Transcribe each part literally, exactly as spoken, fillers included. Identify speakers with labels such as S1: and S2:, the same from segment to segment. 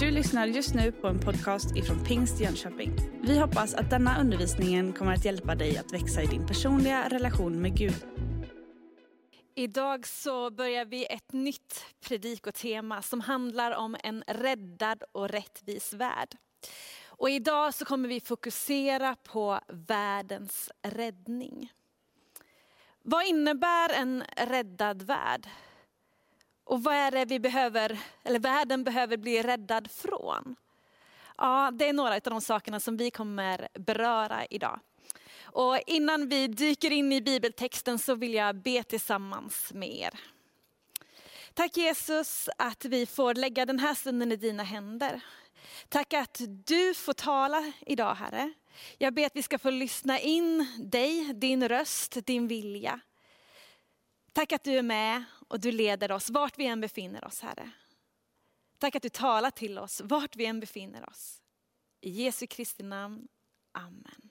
S1: Du lyssnar just nu på en podcast ifrån Pingst Jönköping. Vi hoppas att denna undervisning kommer att hjälpa dig att växa i din personliga relation med Gud.
S2: Idag så börjar vi ett nytt predikotema som handlar om en räddad och rättvis värld. Och idag så kommer vi fokusera på världens räddning. Vad innebär en räddad värld? Och vad är det vi behöver, eller världen behöver bli räddad från? Ja, det är några av de sakerna som vi kommer beröra idag. Och innan vi dyker in i bibeltexten så vill jag be tillsammans med er. Tack Jesus att vi får lägga den här stunden i dina händer. Tack att du får tala idag, Herre. Jag ber att vi ska få lyssna in dig, din röst, din vilja. Tack att du är med och du leder oss vart vi än befinner oss, Herre. Tack att du talar till oss vart vi än befinner oss. I Jesu Kristi namn. Amen.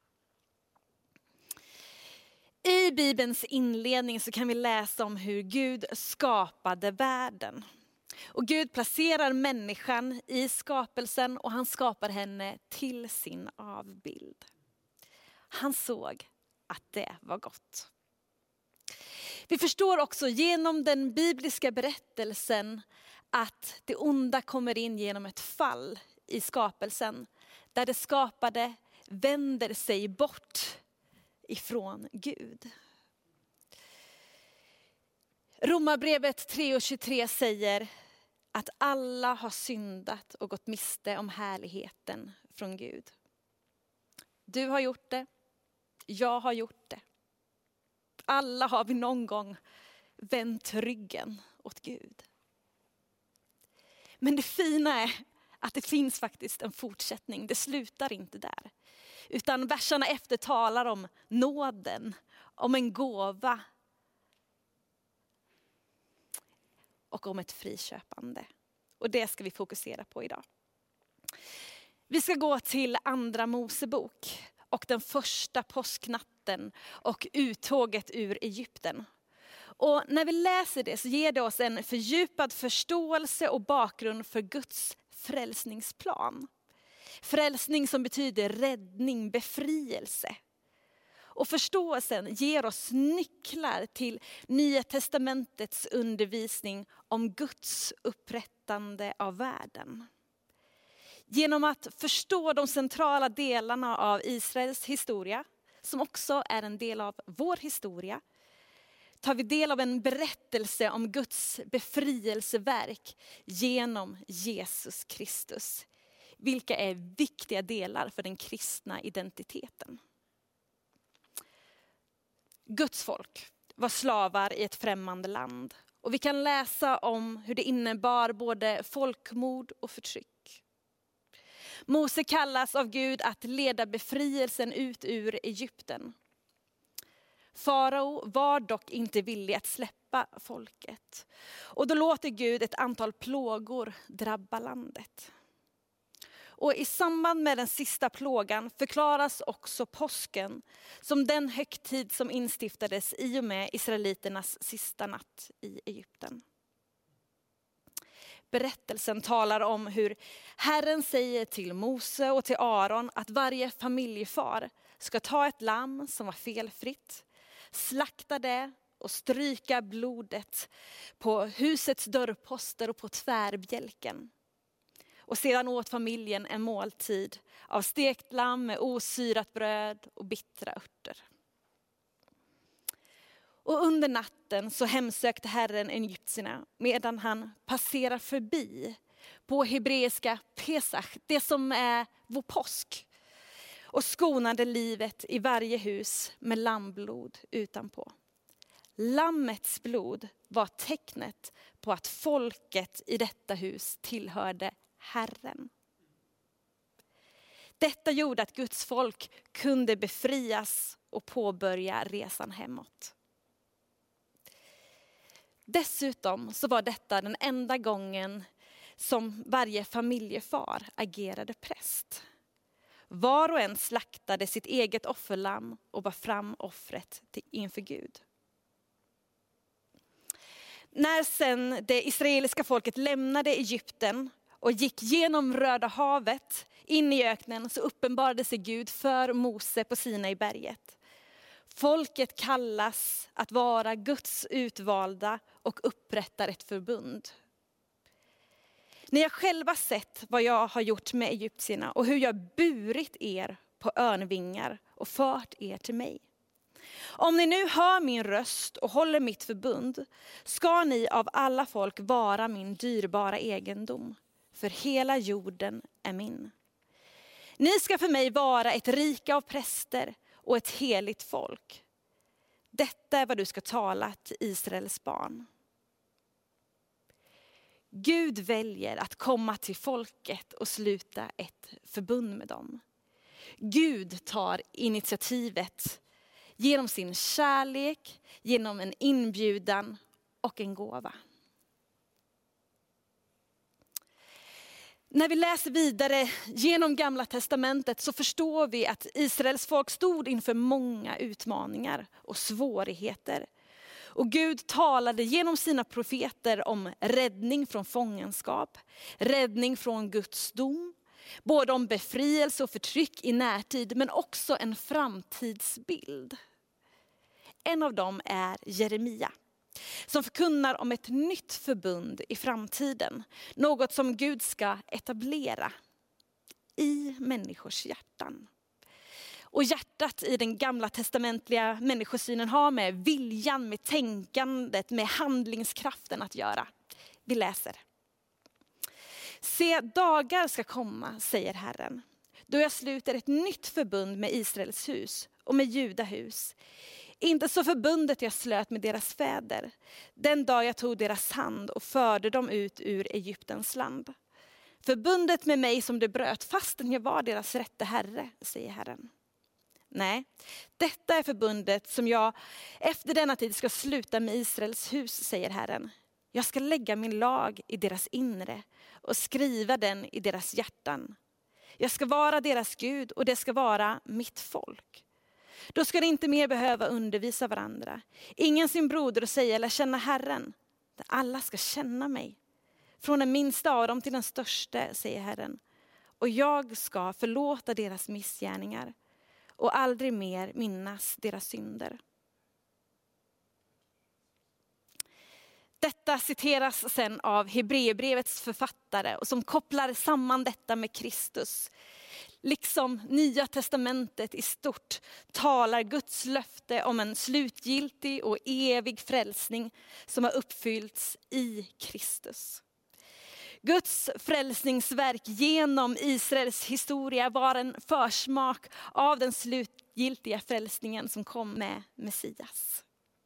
S2: I Bibelns inledning så kan vi läsa om hur Gud skapade världen. Och Gud placerar människan i skapelsen och han skapar henne till sin avbild. Han såg att det var gott. Vi förstår också genom den bibliska berättelsen att det onda kommer in genom ett fall i skapelsen. Där det skapade vänder sig bort ifrån Gud. Romarbrevet tre och tjugotre säger att alla har syndat och gått miste om härligheten från Gud. Du har gjort det, jag har gjort det. Alla har vi någon gång vänt ryggen åt Gud. Men det fina är att det finns faktiskt en fortsättning. Det slutar inte där. Utan verserna efter talar om nåden, om en gåva och om ett friköpande. Och det ska vi fokusera på idag. Vi ska gå till andra Mosebok och den första påsknatten och uttåget ur Egypten. Och när vi läser det så ger det oss en fördjupad förståelse och bakgrund för Guds frälsningsplan. Frälsning som betyder räddning, befrielse. Och förståelsen ger oss nycklar till Nya testamentets undervisning om Guds upprättande av världen. Genom att förstå de centrala delarna av Israels historia, som också är en del av vår historia, tar vi del av en berättelse om Guds befrielseverk genom Jesus Kristus. Vilka är viktiga delar för den kristna identiteten. Guds folk var slavar i ett främmande land. Och vi kan läsa om hur det innebar både folkmord och förtryck. Mose kallas av Gud att leda befrielsen ut ur Egypten. Farao var dock inte villig att släppa folket. Och då låter Gud ett antal plågor drabba landet. Och i samband med den sista plågan förklaras också påsken som den högtid som instiftades i och med israeliternas sista natt i Egypten. Berättelsen talar om hur Herren säger till Mose och till Aron att varje familjefar ska ta ett lamm som var felfritt, slakta det och stryka blodet på husets dörrposter och på tvärbjälken. Och sedan åt familjen en måltid av stekt lamm med osyrat bröd och bittra örter. Och under natten så hemsökte Herren egyptierna medan han passerar förbi på hebreiska Pesach, det som är vår påsk. Och skonade livet i varje hus med lammblod utanpå. Lammets blod var tecknet på att folket i detta hus tillhörde Herren. Detta gjorde att Guds folk kunde befrias och påbörja resan hemåt. Dessutom så var detta den enda gången som varje familjefar agerade präst. Var och en slaktade sitt eget offerlamm och bar fram offret inför Gud. När sen det israeliska folket lämnade Egypten och gick genom Röda havet in i öknen, så uppenbarade sig Gud för Mose på Sinai berget. Folket kallas att vara Guds utvalda och upprättar ett förbund. Ni har själva sett vad jag har gjort med egyptierna och hur jag burit er på örnvingar och fört er till mig. Om ni nu hör min röst och håller mitt förbund, ska ni av alla folk vara min dyrbara egendom, för hela jorden är min. Ni ska för mig vara ett rike av präster och ett heligt folk. Detta är vad du ska tala till Israels barn. Gud väljer att komma till folket och sluta ett förbund med dem. Gud tar initiativet genom sin kärlek, genom en inbjudan och en gåva. När vi läser vidare genom Gamla testamentet så förstår vi att Israels folk stod inför många utmaningar och svårigheter. Och Gud talade genom sina profeter om räddning från fångenskap, räddning från Guds dom, både om befrielse och förtryck i närtid, men också en framtidsbild. En av dem är Jeremia, som förkunnar om ett nytt förbund i framtiden. Något som Gud ska etablera i människors hjärtan. Och hjärtat i den gamla testamentliga människosynen har med viljan, med tänkandet, med handlingskraften att göra. Vi läser. Se, dagar ska komma, säger Herren, då jag sluter ett nytt förbund med Israels hus och med Judahus. Inte så förbundet jag slöt med deras fäder, den dag jag tog deras hand och förde dem ut ur Egyptens land. Förbundet med mig som det bröt, fastän jag var deras rätte herre, säger Herren. Nej, detta är förbundet som jag efter denna tid ska sluta med Israels hus, säger Herren. Jag ska lägga min lag i deras inre och skriva den i deras hjärtan. Jag ska vara deras Gud och det ska vara mitt folk. Då ska de inte mer behöva undervisa varandra. Ingen sin broder att säga eller känna Herren. Alla ska känna mig. Från den minsta av dem till den största, säger Herren. Och jag ska förlåta deras missgärningar och aldrig mer minnas deras synder. Detta citeras sen av Hebreerbrevets författare och som kopplar samman detta med Kristus. Liksom Nya testamentet i stort talar Guds löfte om en slutgiltig och evig frälsning som har uppfyllts i Kristus. Guds frälsningsverk genom Israels historia var en försmak av den slutgiltiga frälsningen som kom med Messias.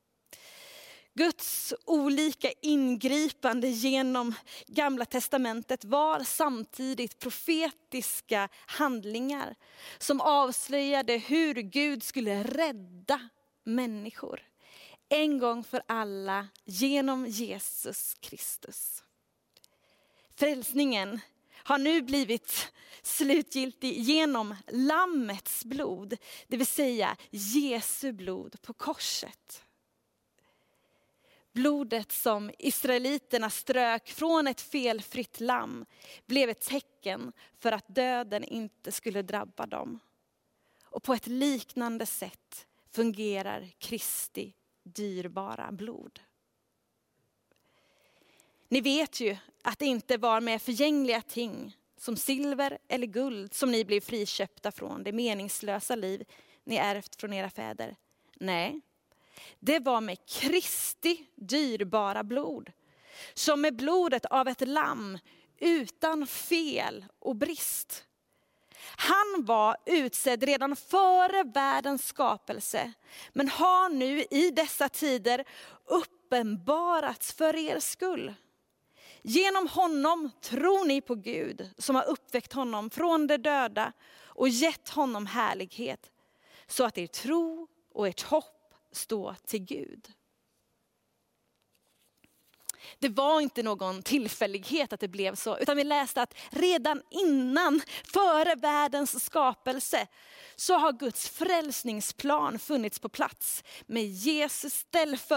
S2: Guds olika ingripande genom Gamla testamentet var samtidigt profetiska handlingar som avslöjade hur Gud skulle rädda människor en gång för alla genom Jesus Kristus. Frälsningen har nu blivit slutgiltig genom lammets blod, det vill säga Jesu blod på korset. Blodet som israeliterna strök från ett felfritt lamm blev ett tecken för att döden inte skulle drabba dem. Och på ett liknande sätt fungerar Kristi dyrbara blod. Ni vet ju att det inte var med förgängliga ting som silver eller guld som ni blev friköpta från det meningslösa liv ni ärvt från era fäder. Nej. Det var med Kristi dyrbara blod, som med blodet av ett lamm utan fel och brist. Han var utsedd redan före världens skapelse, men har nu i dessa tider uppenbarats för er skull. Genom honom tror ni på Gud som har uppväckt honom från de döda och gett honom härlighet, så att er tro och ert hopp stå till Gud. Det var inte någon tillfällighet att det blev så, utan vi läste att redan innan, före världens skapelse, så har Guds frälsningsplan funnits på plats med Jesus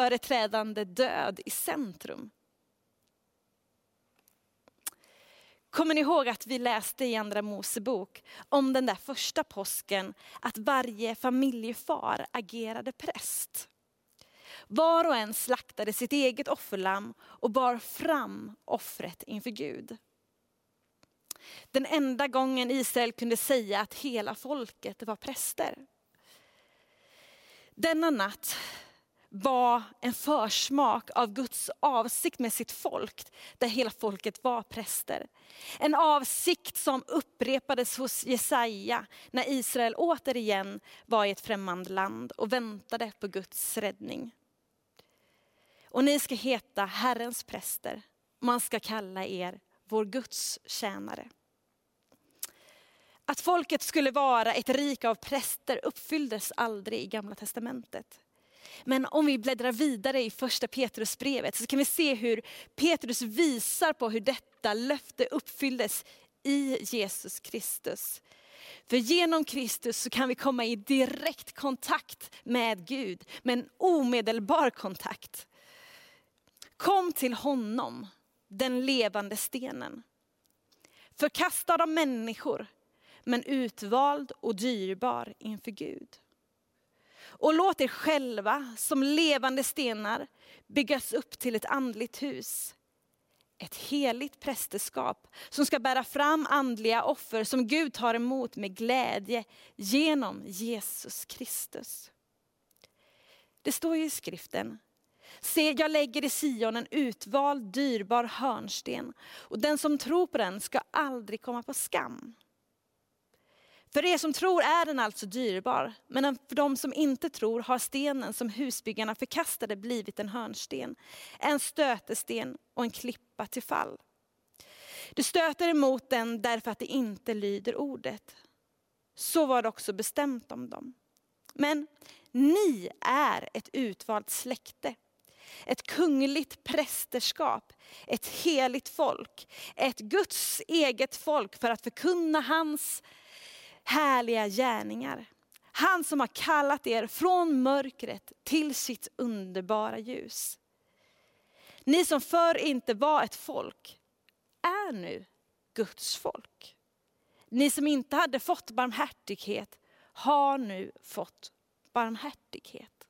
S2: ställföreträdande död i centrum. Kommer ni ihåg att vi läste i Andra Mosebok om den där första påsken att varje familjefar agerade präst? Var och en slaktade sitt eget offerlamm och bar fram offret inför Gud. Den enda gången Israel kunde säga att hela folket var präster. Denna natt var en försmak av Guds avsikt med sitt folk, där hela folket var präster. En avsikt som upprepades hos Jesaja när Israel återigen var i ett främmande land och väntade på Guds räddning. Och ni ska heta Herrens präster, man ska kalla er vår Guds tjänare. Att folket skulle vara ett rike av präster uppfylldes aldrig i Gamla testamentet. Men om vi bläddrar vidare i första Petrusbrevet så kan vi se hur Petrus visar på hur detta löfte uppfylldes i Jesus Kristus. För genom Kristus så kan vi komma i direkt kontakt med Gud, med en omedelbar kontakt. Kom till honom, den levande stenen. Förkastad av människor, men utvald och dyrbar inför Gud. Och låt er själva som levande stenar byggas upp till ett andligt hus. Ett heligt prästerskap som ska bära fram andliga offer som Gud tar emot med glädje genom Jesus Kristus. Det står ju i skriften: se, jag lägger i Sion en utvald dyrbar hörnsten, och den som tror på den ska aldrig komma på skam. För er som tror är den alltså dyrbar, men för de som inte tror har stenen som husbyggarna förkastade blivit en hörnsten, en stötesten och en klippa till fall. Du stöter emot den därför att det inte lyder ordet. Så var det också bestämt om dem. Men ni är ett utvalt släkte, ett kungligt prästerskap, ett heligt folk, ett Guds eget folk för att förkunna hans härliga gärningar. Han som har kallat er från mörkret till sitt underbara ljus. Ni som förr inte var ett folk är nu Guds folk. Ni som inte hade fått barmhärtighet har nu fått barmhärtighet.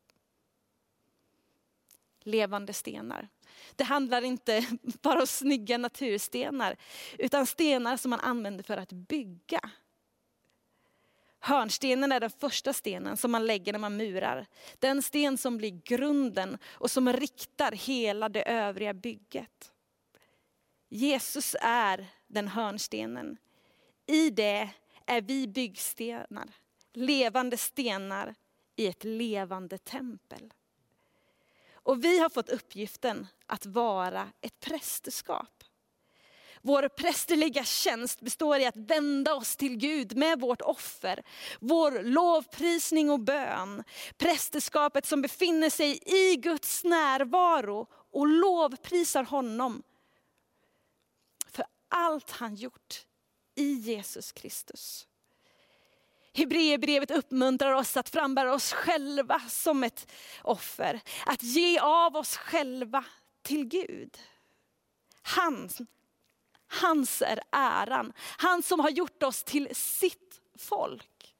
S2: Levande stenar. Det handlar inte bara om snygga naturstenar, utan stenar som man använder för att bygga. Hörnstenen är den första stenen som man lägger när man murar. Den sten som blir grunden och som riktar hela det övriga bygget. Jesus är den hörnstenen. I det är vi byggstenar, levande stenar i ett levande tempel. Och vi har fått uppgiften att vara ett prästerskap. Vår prästerliga tjänst består i att vända oss till Gud med vårt offer, vår lovprisning och bön. Prästerskapet som befinner sig i Guds närvaro och lovprisar honom för allt han gjort i Jesus Kristus. Hebreerbrevet uppmuntrar oss att frambära oss själva som ett offer. Att ge av oss själva till Gud. Han Hans är äran. Han som har gjort oss till sitt folk.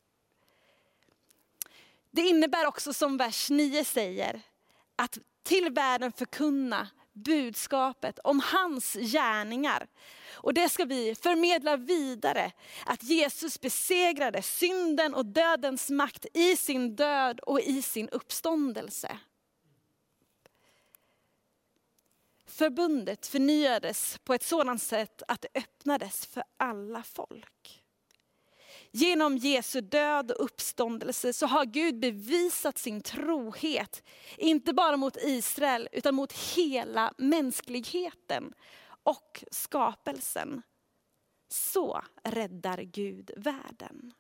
S2: Det innebär också, som vers nio säger, att till världen förkunna budskapet om hans gärningar. Och det ska vi förmedla vidare. Att Jesus besegrade synden och dödens makt i sin död och i sin uppståndelse. Förbundet förnyades på ett sådant sätt att det öppnades för alla folk. Genom Jesu död och uppståndelse så har Gud bevisat sin trohet. Inte bara mot Israel utan mot hela mänskligheten och skapelsen. Så räddar Gud världen.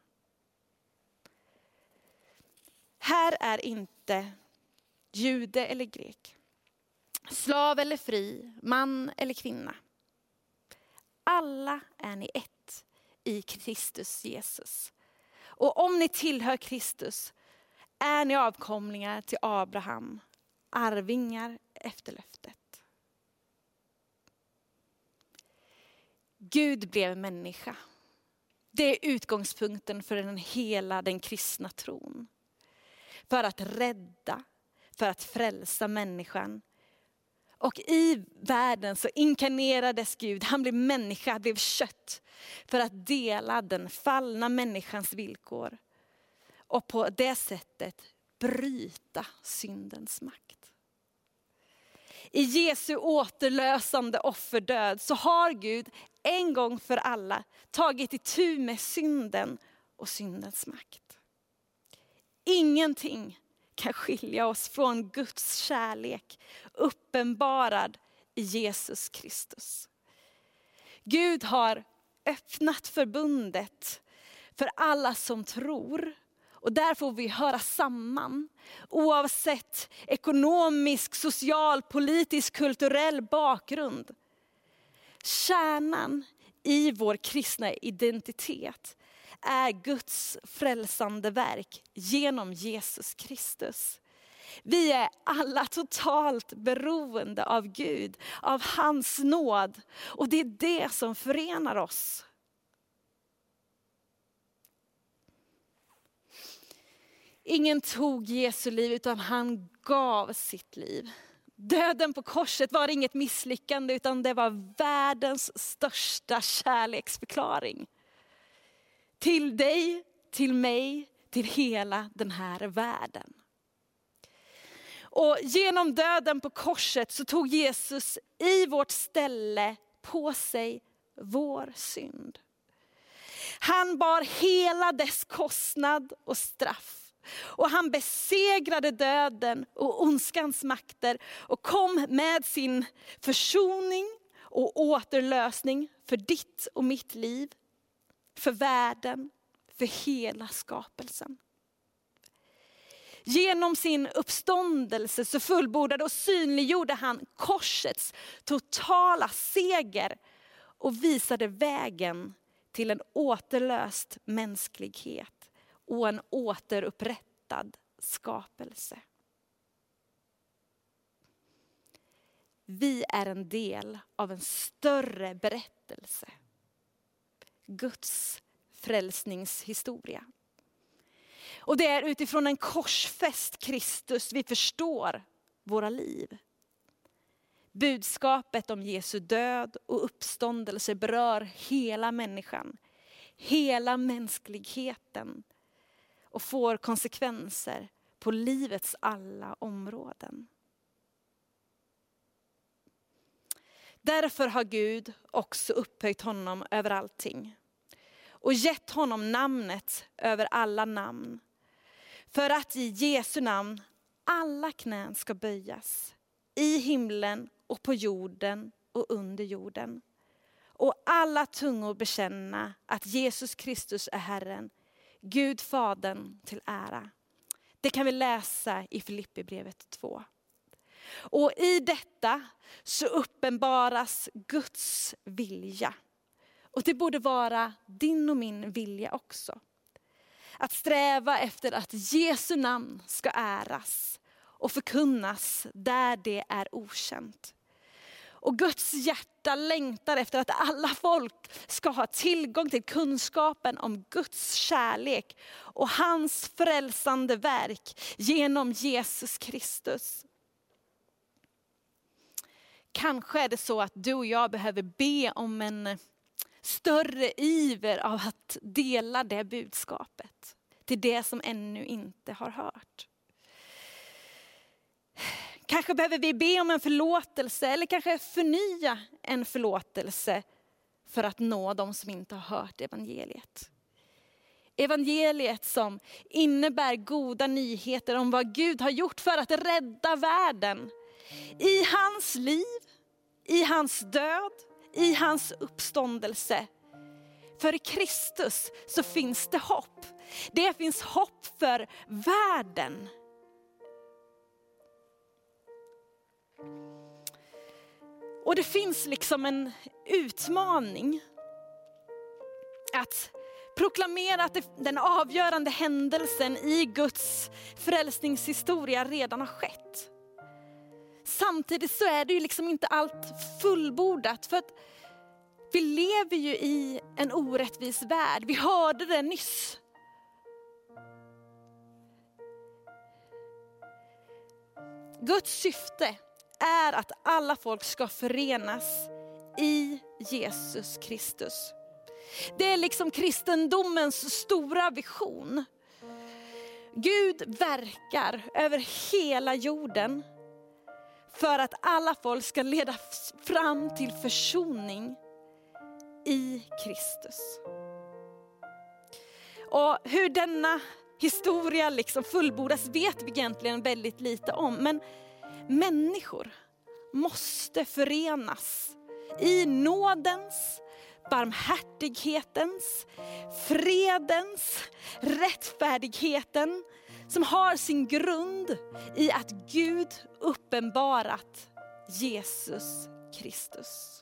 S2: Här är inte jude eller grek. Slav eller fri, man eller kvinna. Alla är ni ett i Kristus Jesus. Och om ni tillhör Kristus är ni avkomlingar till Abraham, arvingar efter löftet. Gud blev människa. Det är utgångspunkten för den hela den kristna tron. För att rädda, för att frälsa människan. Och i världen så inkarnerades Gud, han blev människa, blev kött. För att dela den fallna människans villkor. Och på det sättet bryta syndens makt. I Jesu återlösande offerdöd så har Gud en gång för alla tagit itu med synden och syndens makt. Ingenting kan skilja oss från Guds kärlek uppenbarad i Jesus Kristus. Gud har öppnat förbundet för alla som tror. Och där får vi höra samman, oavsett ekonomisk, social, politisk, kulturell bakgrund. Kärnan i vår kristna identitet är Guds frälsande verk genom Jesus Kristus. Vi är alla totalt beroende av Gud, av hans nåd. Och det är det som förenar oss. Ingen tog Jesu liv utan han gav sitt liv. Döden på korset var inget misslyckande utan det var världens största kärleksförklaring. Till dig, till mig, till hela den här världen. Och genom döden på korset så tog Jesus i vårt ställe på sig vår synd. Han bar hela dess kostnad och straff. Och han besegrade döden och ondskans makter och kom med sin försoning och återlösning för ditt och mitt liv, för världen, för hela skapelsen. Genom sin uppståndelse så fullbordade och synliggjorde han korsets totala seger och visade vägen till en återlöst mänsklighet. Och en återupprättad skapelse. Vi är en del av en större berättelse. Guds frälsningshistoria. Och det är utifrån en korsfäst Kristus vi förstår våra liv. Budskapet om Jesu död och uppståndelse berör hela människan. Hela mänskligheten. Och får konsekvenser på livets alla områden. Därför har Gud också upphöjt honom över allting. Och gett honom namnet över alla namn. För att i Jesu namn alla knän ska böjas. I himlen och på jorden och under jorden. Och alla tungor bekänna att Jesus Kristus är Herren. Gud Fadern till ära. Det kan vi läsa i Filippibrevet två. Och i detta så uppenbaras Guds vilja. Och det borde vara din och min vilja också. Att sträva efter att Jesu namn ska äras och förkunnas där det är okänt. Och Guds hjärta längtar efter att alla folk ska ha tillgång till kunskapen om Guds kärlek och hans frälsande verk genom Jesus Kristus. Kanske är det så att du och jag behöver be om en större iver av att dela det budskapet till det som ännu inte har hört. Kanske behöver vi be om en förlåtelse eller kanske förnya en förlåtelse för att nå de som inte har hört evangeliet. Evangeliet som innebär goda nyheter om vad Gud har gjort för att rädda världen. I hans liv, i hans död, i hans uppståndelse. För i Kristus så finns det hopp. Det finns hopp för världen. Och det finns liksom en utmaning att proklamera att det, den avgörande händelsen i Guds frälsningshistoria redan har skett. Samtidigt så är det ju liksom inte allt fullbordat, för att Vi lever ju i en orättvis värld. Vi hörde det nyss. Guds syfte är att alla folk ska förenas i Jesus Kristus. Det är liksom kristendomens stora vision. Gud verkar över hela jorden för att alla folk ska leda fram till försoning i Kristus. Och hur denna historia liksom fullbordas vet vi egentligen väldigt lite om. Men människor måste förenas i nådens, barmhärtighetens, fredens, rättfärdigheten som har sin grund i att Gud uppenbarat Jesus Kristus.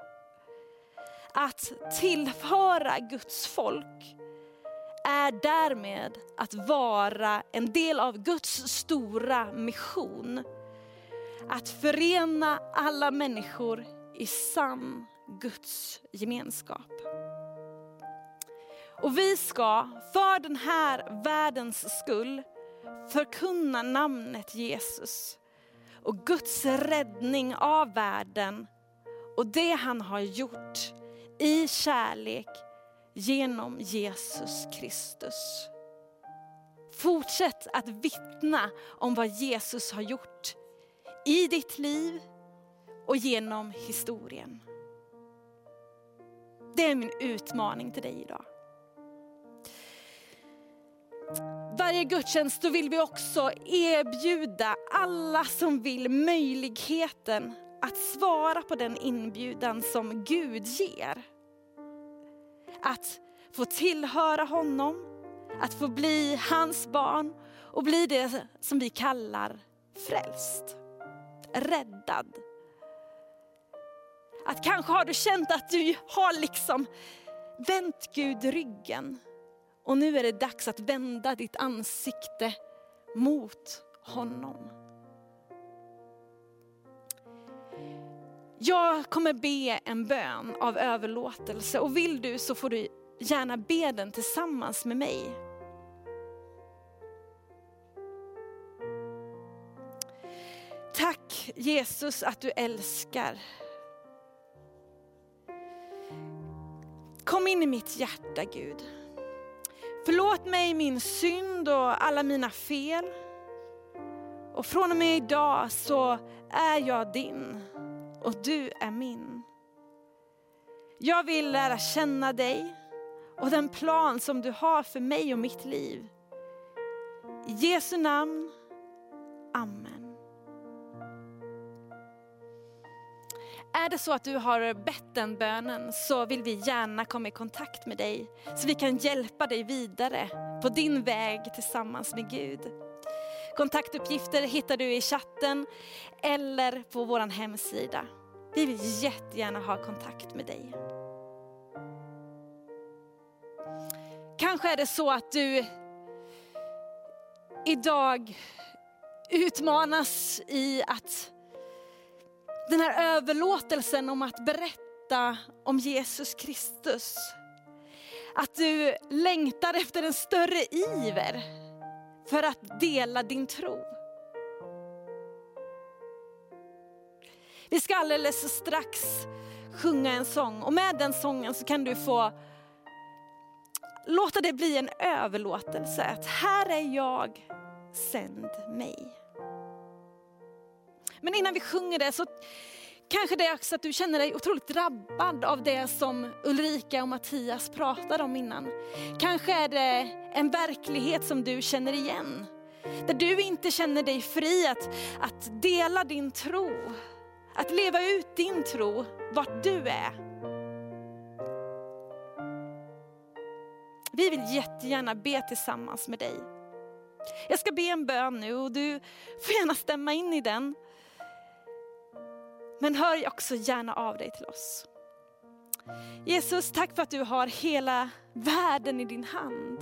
S2: Att tillhöra Guds folk är därmed att vara en del av Guds stora mission. Att förena alla människor i sann Guds gemenskap. Och vi ska för den här världens skull förkunna namnet Jesus och Guds räddning av världen och det han har gjort i kärlek genom Jesus Kristus. Fortsätt att vittna om vad Jesus har gjort i ditt liv och genom historien. Det är min utmaning till dig idag. Varje gudstjänst då vill vi också erbjuda alla som vill möjligheten att svara på den inbjudan som Gud ger. Att få tillhöra honom, att få bli hans barn och bli det som vi kallar frälst, räddad. Att kanske har du känt att du har liksom vänt Gud ryggen. Och nu är det dags att vända ditt ansikte mot honom. Jag kommer be en bön av överlåtelse. Och vill du så får du gärna be den tillsammans med mig. Tack Jesus att du älskar. Kom in i mitt hjärta Gud. Förlåt mig min synd och alla mina fel. Och från och med idag så är jag din och du är min. Jag vill lära känna dig och den plan som du har för mig och mitt liv. I Jesu namn, amen. Är det så att du har bett den bönen så vill vi gärna komma i kontakt med dig. Så vi kan hjälpa dig vidare på din väg tillsammans med Gud. Kontaktuppgifter hittar du i chatten eller på vår hemsida. Vi vill jättegärna ha kontakt med dig. Kanske är det så att du idag utmanas i att den här överlåtelsen om att berätta om Jesus Kristus. Att du längtar efter en större iver för att dela din tro. Vi ska alldeles strax sjunga en sång. Och med den sången så kan du få låta det bli en överlåtelse. Att här är jag, sänd mig. Men innan vi sjunger det så kanske det är också att du känner dig otroligt drabbad av det som Ulrika och Mattias pratade om innan. Kanske är det en verklighet som du känner igen. Där du inte känner dig fri att, att dela din tro. Att leva ut din tro vart du är. Vi vill jättegärna be tillsammans med dig. Jag ska be en bön nu och du får gärna stämma in i den. Men hör också gärna av dig till oss. Jesus, tack för att du har hela världen i din hand.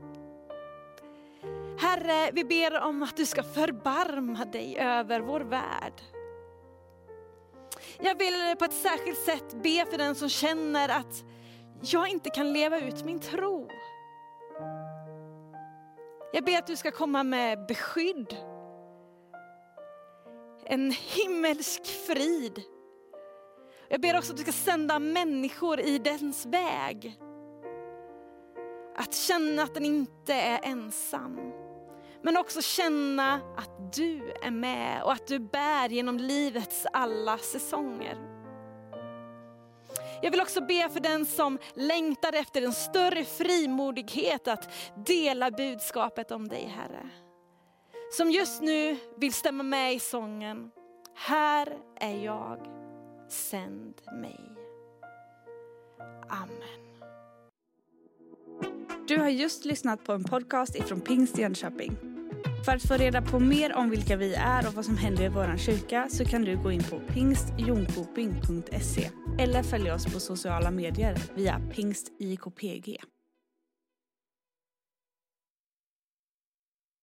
S2: Herre, vi ber om att du ska förbarma dig över vår värld. Jag vill på ett särskilt sätt be för den som känner att jag inte kan leva ut min tro. Jag ber att du ska komma med beskydd. En himmelsk frid. Jag ber också att du ska sända människor i dens väg. Att känna att den inte är ensam. Men också känna att du är med och att du bär genom livets alla säsonger. Jag vill också be för den som längtar efter en större frimodighet att dela budskapet om dig, Herre. Som just nu vill stämma med i sången. Här är jag, sänd mig. Amen.
S1: Du har just lyssnat på en podcast ifrån Pingst Jönköping. För att få reda på mer om vilka vi är och vad som händer i vår kyrka så kan du gå in på pingst jonkoping punkt se eller följa oss på sociala medier via pingst I K P G.